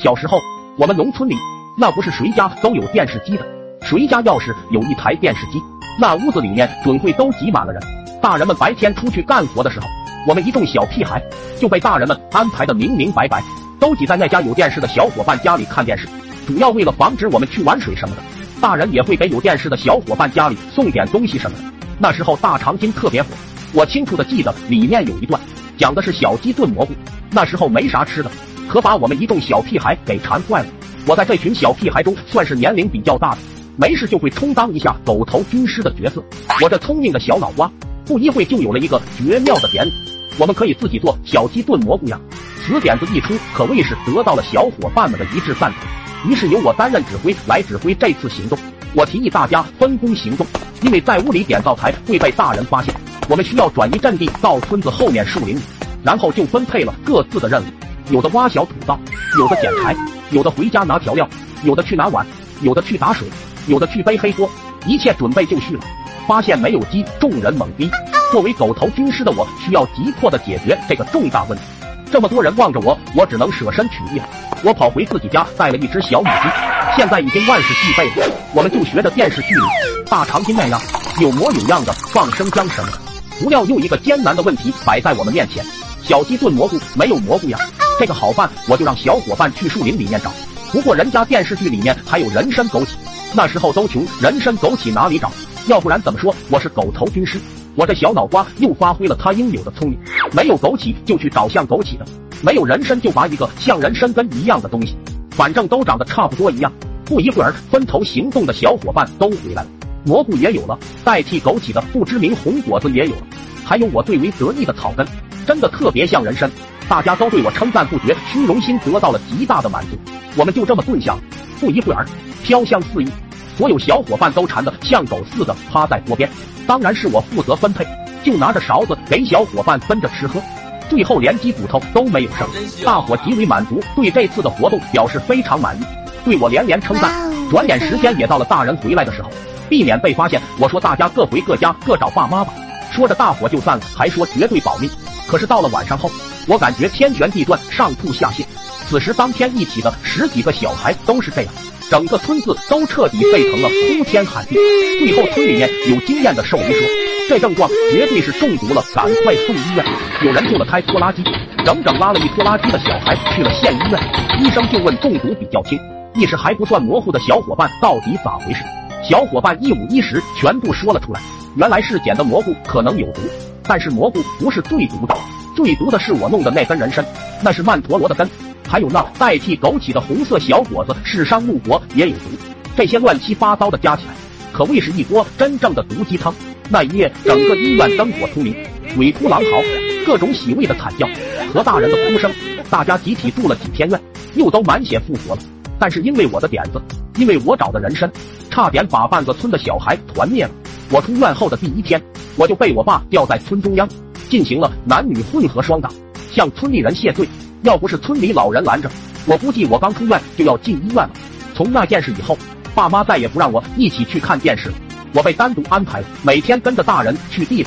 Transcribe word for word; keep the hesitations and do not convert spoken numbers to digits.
小时候，我们农村里那不是谁家都有电视机的，谁家要是有一台电视机，那屋子里面准会都挤满了人。大人们白天出去干活的时候，我们一众小屁孩就被大人们安排的明明白白，都挤在那家有电视的小伙伴家里看电视，主要为了防止我们去玩水什么的。大人也会给有电视的小伙伴家里送点东西什么的。那时候大长今特别火，我清楚的记得里面有一段讲的是小鸡炖蘑菇。那时候没啥吃的，可把我们一众小屁孩给馋坏了。我在这群小屁孩中算是年龄比较大的，没事就会充当一下狗头军师的角色。我这聪明的小脑瓜不一会就有了一个绝妙的点子，我们可以自己做小鸡炖蘑菇呀。此点子一出，可谓是得到了小伙伴们的一致赞同。于是由我担任指挥来指挥这次行动。我提议大家分工行动，因为在屋里点灶台会被大人发现，我们需要转移阵地到村子后面树林里，然后就分配了各自的任务。有的挖小土灶，有的捡柴，有的回家拿调料，有的去拿碗，有的去打水，有的去背黑锅，一切准备就绪了。发现没有鸡，众人懵逼。作为狗头军师的我，需要急迫地解决这个重大问题。这么多人望着我，我只能舍身取义了。我跑回自己家带了一只小母鸡，现在已经万事俱备了。我们就学着电视剧里大长今那样，有模有样的放生姜什么的。不料又一个艰难的问题摆在我们面前，小鸡炖蘑菇没有蘑菇呀。这个好办，我就让小伙伴去树林里面找。不过人家电视剧里面还有人参枸杞，那时候都穷，人参枸杞哪里找？要不然怎么说我是狗头军师？我这小脑瓜又发挥了他应有的聪明，没有枸杞就去找像枸杞的，没有人参就拔一个像人参根一样的东西，反正都长得差不多一样。不一会儿，分头行动的小伙伴都回来了，蘑菇也有了，代替枸杞的不知名红果子也有了，还有我最为得意的草根，真的特别像人参。大家都对我称赞不绝，虚荣心得到了极大的满足。我们就这么炖香，不一会儿飘香四溢，所有小伙伴都馋得像狗似的趴在锅边。当然是我负责分配，就拿着勺子给小伙伴分着吃喝，最后连鸡骨头都没有剩。大伙极为满足，对这次的活动表示非常满意，对我连连称赞。转眼时间也到了大人回来的时候，避免被发现，我说大家各回各家各找爸妈吧。说着大伙就散了，还说绝对保密。可是到了晚上后，我感觉天旋地转，上吐下泻。此时当天一起的十几个小孩都是这样，整个村子都彻底沸腾了，哭天喊地。最后村里面有经验的兽医说，这症状绝对是中毒了，赶快送医院。有人就了开拖拉机，整整拉了一拖拉机的小孩去了县医院。医生就问中毒比较轻，意识还不算模糊的小伙伴到底咋回事。小伙伴一五一十全部说了出来。原来是捡的蘑菇可能有毒，但是蘑菇不是最毒的，最毒的是我弄的那根人参，那是曼陀罗的根，还有那代替枸杞的红色小果子是山木果也有毒。这些乱七八糟的加起来，可谓是一锅真正的毒鸡汤。那一夜，整个医院灯火通明，鬼哭狼嚎，各种洗胃的惨叫和大人的哭声，大家集体住了几天院，又都满血复活了。但是因为我的点子，因为我找的人参，差点把半个村的小孩团灭了。我出院后的第一天，我就被我爸吊在村中央，进行了男女混合双打，向村里人谢罪。要不是村里老人拦着，我估计我刚出院就要进医院了。从那件事以后，爸妈再也不让我一起去看电视了，我被单独安排了，每天跟着大人去地